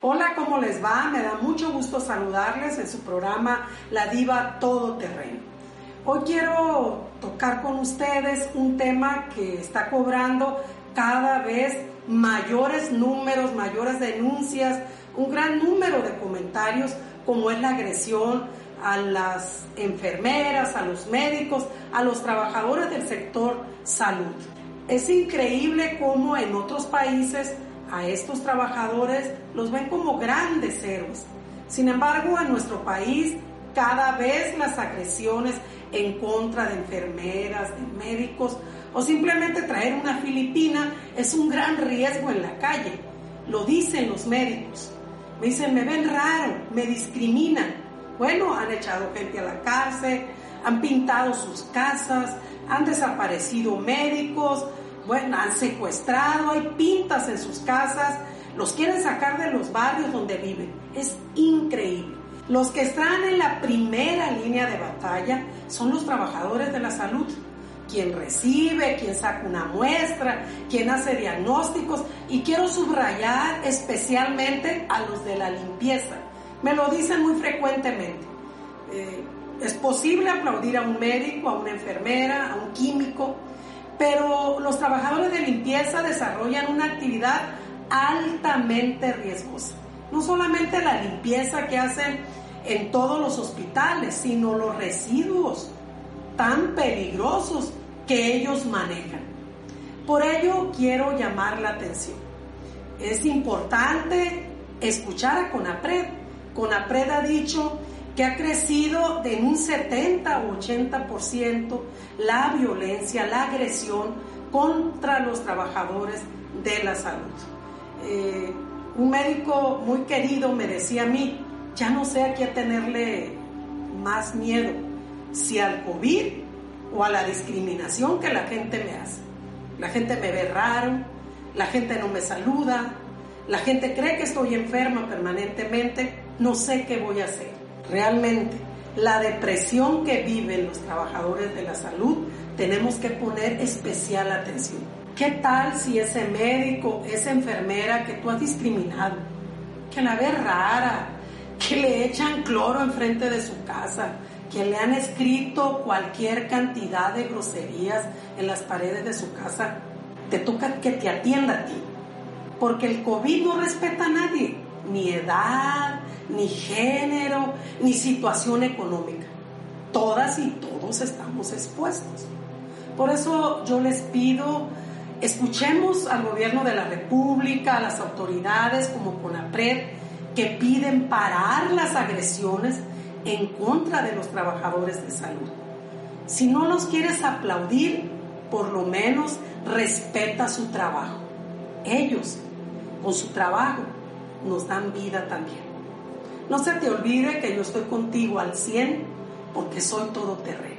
Hola, ¿cómo les va? Me da mucho gusto saludarles en su programa La Diva Todoterreno. Hoy quiero tocar con ustedes un tema que está cobrando cada vez mayores números, mayores denuncias, un gran número de comentarios, como es la agresión a las enfermeras, a los médicos, a los trabajadores del sector salud. Es increíble cómo en otros países a estos trabajadores los ven como grandes héroes. Sin embargo, en nuestro país cada vez las agresiones en contra de enfermeras, de médicos o simplemente traer una filipina es un gran riesgo en la calle. Lo dicen los médicos. Me dicen, me ven raro, me discriminan. Bueno, han echado gente a la cárcel, han pintado sus casas, han desaparecido médicos, bueno, han secuestrado, hay pintas en sus casas, los quieren sacar de los barrios donde viven. Es increíble. Los que están en la primera línea de batalla son los trabajadores de la salud. Quien recibe, quien saca una muestra, quien hace diagnósticos, y quiero subrayar especialmente a los de la limpieza. Me lo dicen muy frecuentemente. Es posible aplaudir a un médico, a una enfermera, a un químico, pero los trabajadores de limpieza desarrollan una actividad altamente riesgosa. No solamente la limpieza que hacen en todos los hospitales, sino los residuos tan peligrosos que ellos manejan. Por ello quiero llamar la atención. Es importante escuchar a CONAPRED. CONAPRED ha dicho que ha crecido en un 70 o 80% la violencia, la agresión contra los trabajadores de la salud. Un médico muy querido me decía a mí, ya no sé a qué tenerle más miedo, si al COVID o a la discriminación que la gente me hace. La gente me ve raro, la gente no me saluda, la gente cree que estoy enferma permanentemente, no sé qué voy a hacer. Realmente, la depresión que viven los trabajadores de la salud, tenemos que poner especial atención. ¿Qué tal si ese médico, esa enfermera que tú has discriminado, que la ves rara, que le echan cloro enfrente de su casa, que le han escrito cualquier cantidad de groserías en las paredes de su casa, te toca que te atienda a ti? Porque el COVID no respeta a nadie, ni edad, ni género, ni situación económica. Todas y todos estamos expuestos. Por eso yo les pido, escuchemos al gobierno de la República, a las autoridades como CONAPRED, que piden parar las agresiones en contra de los trabajadores de salud. Si no los quieres aplaudir, por lo menos respeta su trabajo. Ellos, con su trabajo, nos dan vida también. No se te olvide que yo estoy contigo al 100 porque soy todoterreno.